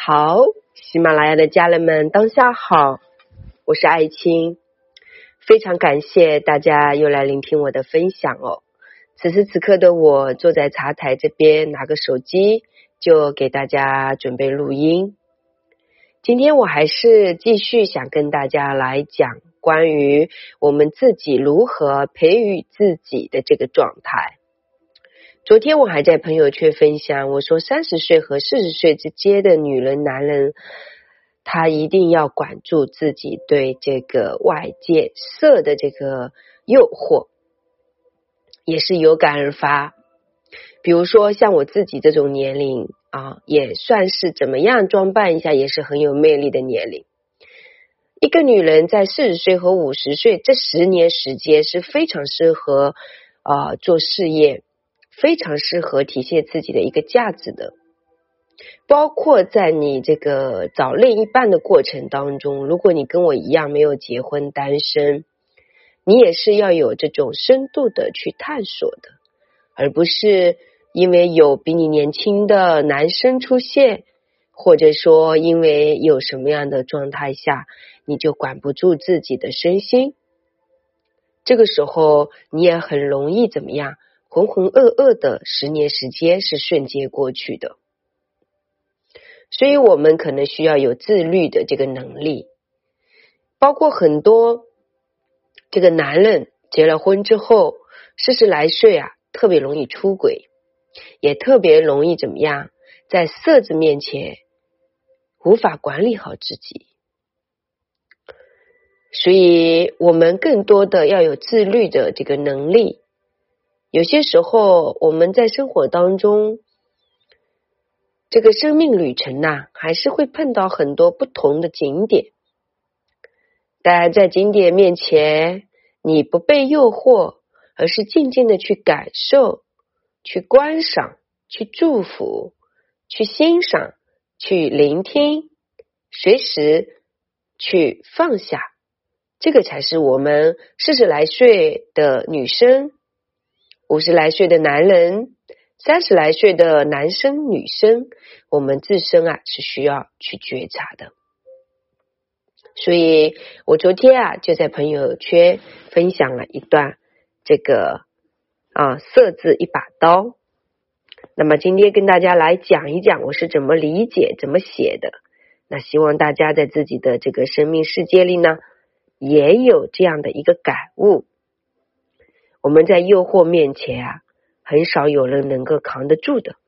好，喜马拉雅的家人们，当下好，我是爱青，非常感谢大家又来聆听我的分享哦。此时此刻的我坐在茶台这边，拿个手机就给大家准备录音。今天我还是继续想跟大家来讲关于我们自己如何培育自己的这个状态。昨天我还在朋友圈分享，我说30岁和40岁之间的女人男人，他一定要管住自己对这个外界色的这个诱惑，也是有感而发。比如说像我自己这种年龄也算是怎么样装扮一下也是很有魅力的年龄。一个女人在40岁和50岁这10年时间是非常适合做事业，非常适合体现自己的一个价值的。包括在你这个找另一半的过程当中，如果你跟我一样没有结婚单身，你也是要有这种深度的去探索的，而不是因为有比你年轻的男生出现，或者说因为有什么样的状态下你就管不住自己的身心，这个时候你也很容易怎么样，浑浑噩噩的10年时间是瞬间过去的。所以我们可能需要有自律的这个能力，包括很多这个男人结了婚之后40来岁特别容易出轨，也特别容易怎么样，在色子面前无法管理好自己。所以我们更多的要有自律的这个能力。有些时候我们在生活当中这个生命旅程还是会碰到很多不同的景点，但在景点面前你不被诱惑，而是静静的去感受，去观赏，去祝福，去欣赏，去聆听，随时去放下，这个才是我们40来岁的女生，50来岁的男人，30来岁的男生女生，我们自身是需要去觉察的。所以我昨天就在朋友圈分享了一段这个色字一把刀。那么今天跟大家来讲一讲我是怎么理解怎么写的，那希望大家在自己的这个生命世界里呢也有这样的一个感悟。我们在诱惑面前很少有人能够扛得住的。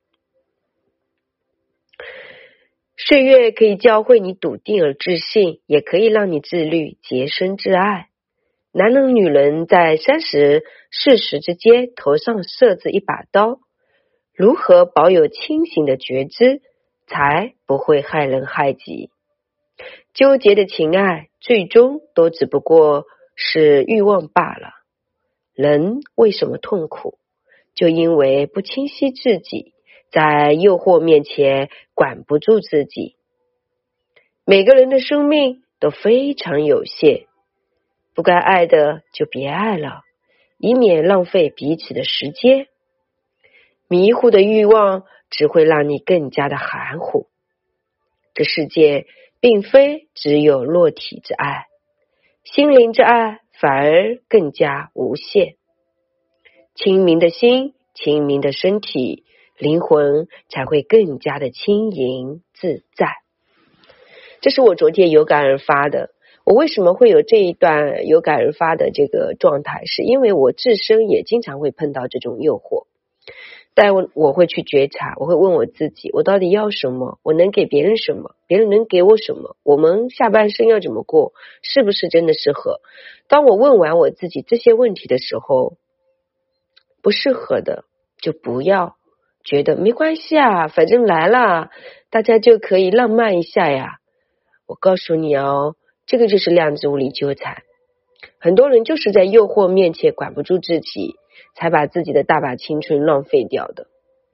岁月可以教会你笃定而自信，也可以让你自律洁身自爱。男人女人在30、40之间头上设置一把刀，如何保有清醒的觉知，才不会害人害己。纠结的情爱最终都只不过是欲望罢了。人为什么痛苦？就因为不清晰自己，在诱惑面前管不住自己。每个人的生命都非常有限，不该爱的就别爱了，以免浪费彼此的时间。迷糊的欲望只会让你更加的含糊。这世界并非只有肉体之爱，心灵之爱反而更加无限。清明的心，清明的身体，灵魂才会更加的轻盈自在。这是我昨天有感而发的。我为什么会有这一段有感而发的这个状态，是因为我自身也经常会碰到这种诱惑，但我会去觉察，我会问我自己，我到底要什么？我能给别人什么？别人能给我什么？我们下半生要怎么过？是不是真的适合？当我问完我自己这些问题的时候，不适合的就不要觉得没关系反正来了，大家就可以浪漫一下呀。我告诉你这个就是量子物理纠缠。很多人就是在诱惑面前管不住自己，才把自己的大把青春浪费掉的。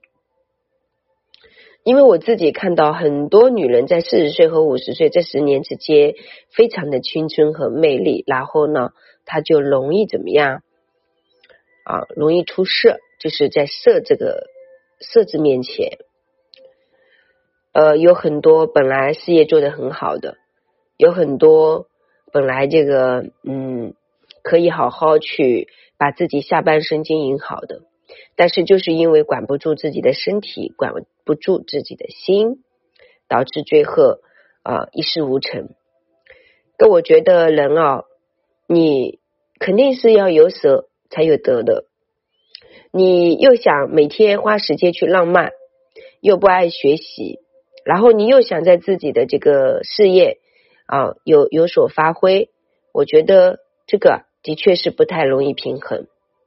因为我自己看到很多女人在40岁和50岁这10年之间非常的青春和魅力，然后呢她就容易怎么样容易出色，就是在这个色字面前。 有很多本来事业做得很好的，有很多本来这个可以好好去把自己下半生经营好的，但是就是因为管不住自己的身体，管不住自己的心，导致最后一事无成。那我觉得人你肯定是要有舍才有得的，你又想每天花时间去浪漫，又不爱学习，然后你又想在自己的这个事业有所发挥，我觉得这个的确是不太容易平衡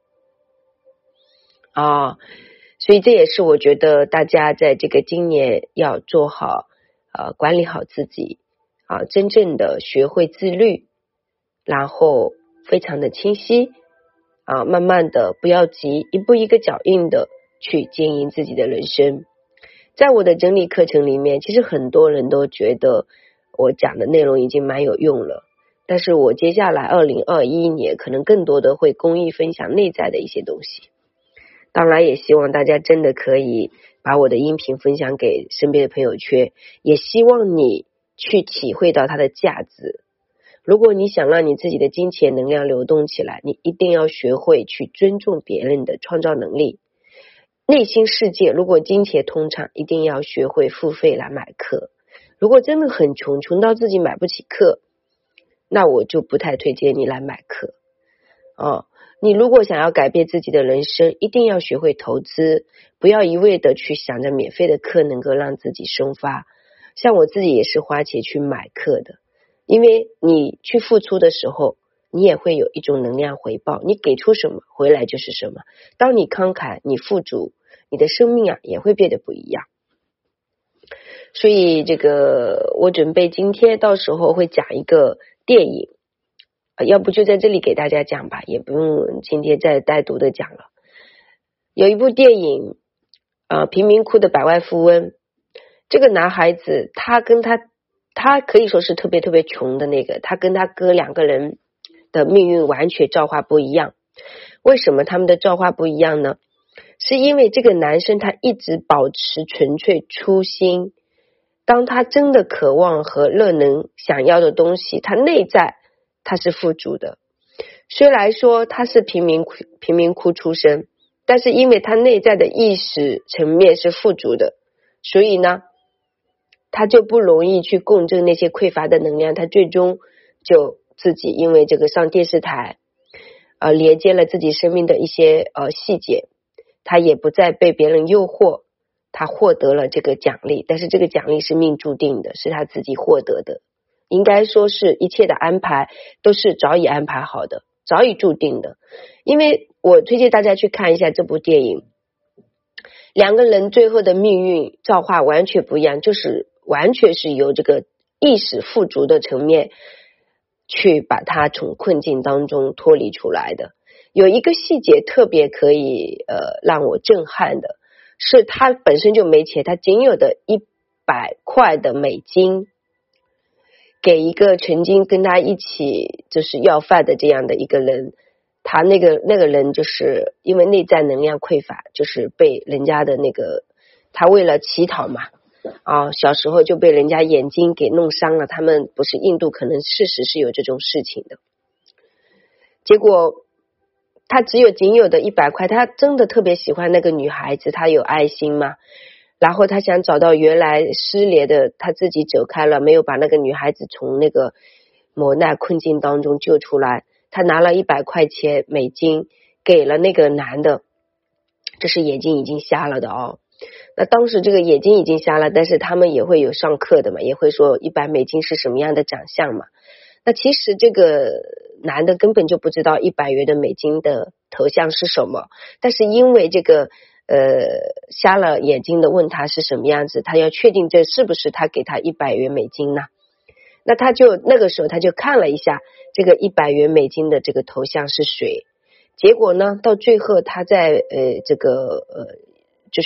所以这也是我觉得大家在这个今年要做好管理好自己真正的学会自律，然后非常的清晰慢慢的不要急，一步一个脚印的去经营自己的人生。在我的整理课程里面，其实很多人都觉得我讲的内容已经蛮有用了，但是我接下来2021年可能更多的会公益分享内在的一些东西。当然也希望大家真的可以把我的音频分享给身边的朋友圈，也希望你去体会到它的价值。如果你想让你自己的金钱能量流动起来，你一定要学会去尊重别人的创造能力。内心世界如果金钱通畅，一定要学会付费来买课。如果真的很穷到自己买不起课，那我就不太推荐你来买课你如果想要改变自己的人生，一定要学会投资，不要一味的去想着免费的课能够让自己生发。像我自己也是花钱去买课的，因为你去付出的时候，你也会有一种能量回报，你给出什么回来就是什么。当你慷慨，你富足，你的生命也会变得不一样。所以这个我准备今天到时候会讲一个电影要不就在这里给大家讲吧，也不用今天再单独的讲了。有一部电影贫民窟的百万富翁，这个男孩子他可以说是特别特别穷的那个，他跟他哥两个人的命运完全造化不一样。为什么他们的造化不一样呢？是因为这个男生他一直保持纯粹初心，当他真的渴望和热能想要的东西，他内在他是富足的。虽然说他是贫民窟出身，但是因为他内在的意识层面是富足的，所以呢他就不容易去共振那些匮乏的能量，他最终就自己因为这个上电视台连接了自己生命的一些细节，他也不再被别人诱惑，他获得了这个奖励，但是这个奖励是命注定的，是他自己获得的，应该说是一切的安排都是早已安排好的，早已注定的。因为我推荐大家去看一下这部电影，两个人最后的命运造化完全不一样，就是完全是由这个意识富足的层面去把他从困境当中脱离出来的。有一个细节特别可以让我震撼的，是他本身就没钱，他仅有的100块的美金给一个曾经跟他一起就是要饭的这样的一个人，他那个人就是因为内在能量匮乏，就是被人家的那个他为了乞讨嘛小时候就被人家眼睛给弄伤了，他们不是印度可能事实是有这种事情的，结果他仅有的100块，他真的特别喜欢那个女孩子，他有爱心嘛，然后他想找到原来失联的，他自己走开了，没有把那个女孩子从那个磨难困境当中救出来，他拿了100块钱美金给了那个男的，这是眼睛已经瞎了的那当时这个眼睛已经瞎了，但是他们也会有上课的嘛，也会说100美金是什么样的长相嘛。那其实这个男的根本就不知道100元的美金的头像是什么，但是因为这个瞎了眼睛的问他是什么样子，他要确定这是不是他给他100元美金呢？那他就那个时候他就看了一下这个100元美金的这个头像是谁，结果呢到最后他在这个就是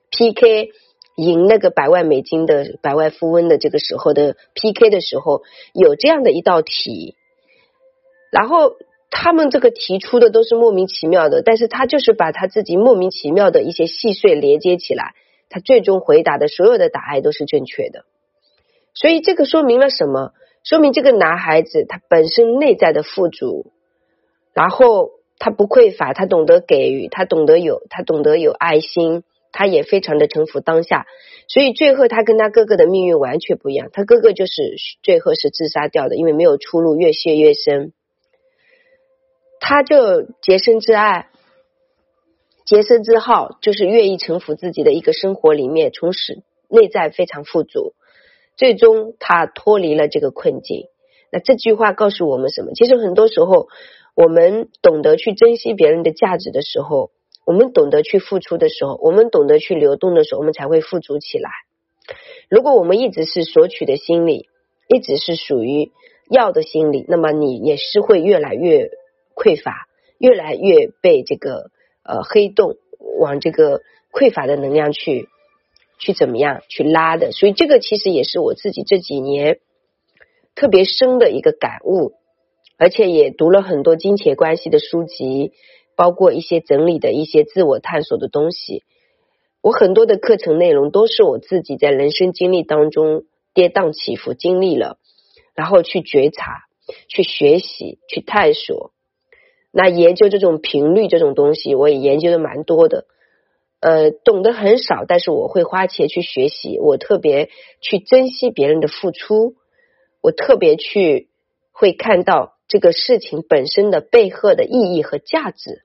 PK 赢那个100万美金的百万富翁的这个时候的 PK 的时候，有这样的一道题，然后他们这个提出的都是莫名其妙的，但是他就是把他自己莫名其妙的一些细碎连接起来， 他最终回答的所有的答案都是正确的。所以这个说明了什么？说明这个男孩子他本身内在的富足，然后他不匮乏，他懂得给予，他懂得有爱心，他也非常的臣服当下。所以最后他跟他哥哥的命运完全不一样，他哥哥就是最后是自杀掉的，因为没有出路，越陷越深。他就洁身自爱，洁身自好，就是愿意臣服自己的一个生活里面，从此内在非常富足，最终他脱离了这个困境。那这句话告诉我们什么？其实很多时候我们懂得去珍惜别人的价值的时候，我们懂得去付出的时候，我们懂得去流动的时候，我们才会富足起来。如果我们一直是索取的心理，一直是属于要的心理，那么你也是会越来越匮乏，越来越被这个黑洞往这个匮乏的能量去怎么样去拉的。所以这个其实也是我自己这几年特别深的一个感悟，而且也读了很多金钱关系的书籍，包括一些整理的一些自我探索的东西。我很多的课程内容都是我自己在人生经历当中跌宕起伏经历了，然后去觉察，去学习，去探索。那研究这种频率这种东西我也研究的蛮多的，懂得很少，但是我会花钱去学习，我特别去珍惜别人的付出，我特别去会看到这个事情本身的背后的意义和价值。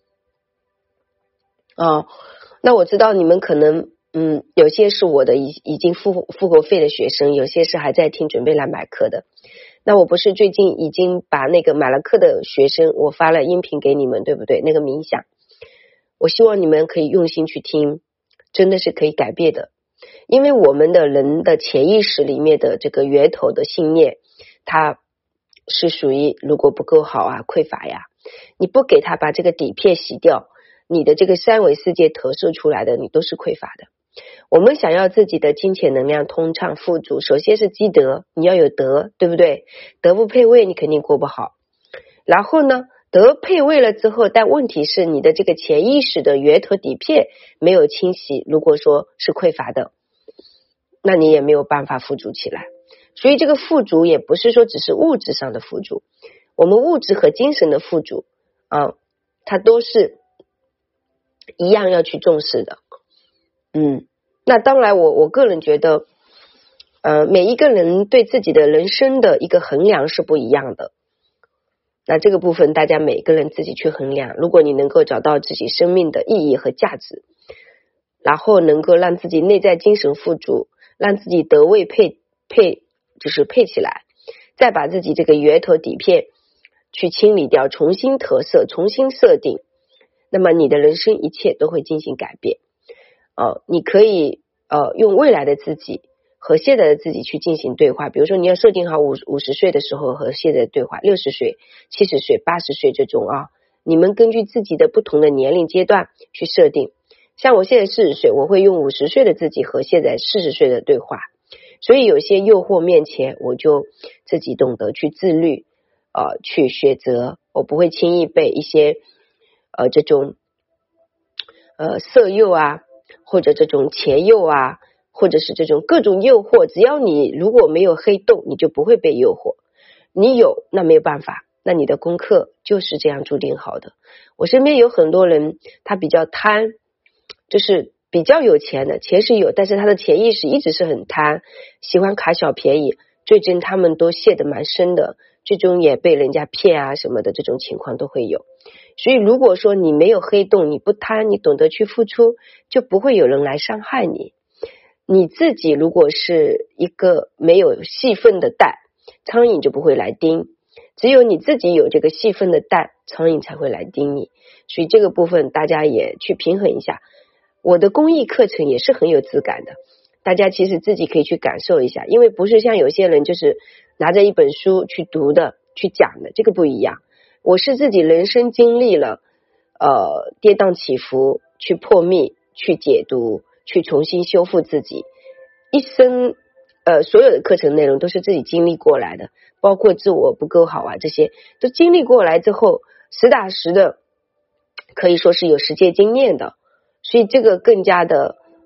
那我知道你们可能有些是我的已经付过费的学生，有些是还在听准备来买课的。那我不是最近已经把那个买了课的学生我发了音频给你们，对不对？那个冥想，我希望你们可以用心去听，真的是可以改变的。因为我们的人的潜意识里面的这个源头的信念，它是属于如果不够好啊，匮乏呀，你不给他把这个底片洗掉，你的这个三维世界投射出来的你都是匮乏的。我们想要自己的金钱能量通畅富足，首先是积德，你要有德，对不对？德不配位你肯定过不好。然后呢，德配位了之后，但问题是你的这个潜意识的源头底片没有清洗，如果说是匮乏的，那你也没有办法富足起来。所以这个富足也不是说只是物质上的富足，我们物质和精神的富足它都是一样要去重视的。那当然我个人觉得每一个人对自己的人生的一个衡量是不一样的，那这个部分大家每个人自己去衡量。如果你能够找到自己生命的意义和价值，然后能够让自己内在精神富足，让自己德位配起来，再把自己这个源头底片去清理掉，重新投射，重新设定，那么你的人生一切都会进行改变。你可以用未来的自己和现在的自己去进行对话。比如说你要设定好50岁的时候和现在的对话，60岁、70岁、80岁这种你们根据自己的不同的年龄阶段去设定。像我现在40岁，我会用50岁的自己和现在40岁的对话。所以有些诱惑面前，我就自己懂得去自律，去选择，我不会轻易被一些这种色诱或者这种钱诱或者是这种各种诱惑，只要你如果没有黑洞，你就不会被诱惑。你有那没有办法，那你的功课就是这样注定好的。我身边有很多人他比较贪，就是比较有钱的，钱是有，但是他的潜意识一直是很贪，喜欢卡小便宜，最近他们都陷得蛮深的，最终也被人家骗什么的，这种情况都会有。所以如果说你没有黑洞，你不贪，你懂得去付出，就不会有人来伤害你。你自己如果是一个没有细分的蛋，苍蝇就不会来叮，只有你自己有这个细分的蛋，苍蝇才会来叮你。所以这个部分大家也去平衡一下。我的公益课程也是很有质感的，大家其实自己可以去感受一下，因为不是像有些人就是拿着一本书去读的去讲的，这个不一样。我是自己人生经历了跌宕起伏，去破密，去解读，去重新修复自己一生所有的课程内容都是自己经历过来的，包括自我不够好这些都经历过来之后，实打实的可以说是有实践经验的，所以这个更加的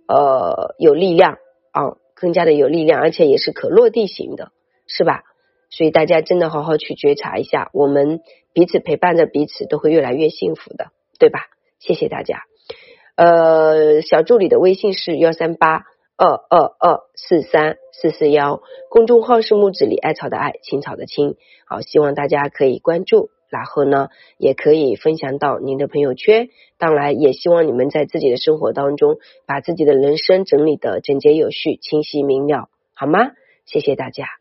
有力量更加的有力量，而且也是可落地型的，是吧？所以大家真的好好去觉察一下，我们彼此陪伴着彼此，都会越来越幸福的，对吧？谢谢大家。小助理的微信是13822243441，公众号是木子李艾草的艾，青草的青。好，希望大家可以关注，然后呢也可以分享到您的朋友圈，当然也希望你们在自己的生活当中把自己的人生整理的整洁有序、清晰明了，好吗？谢谢大家。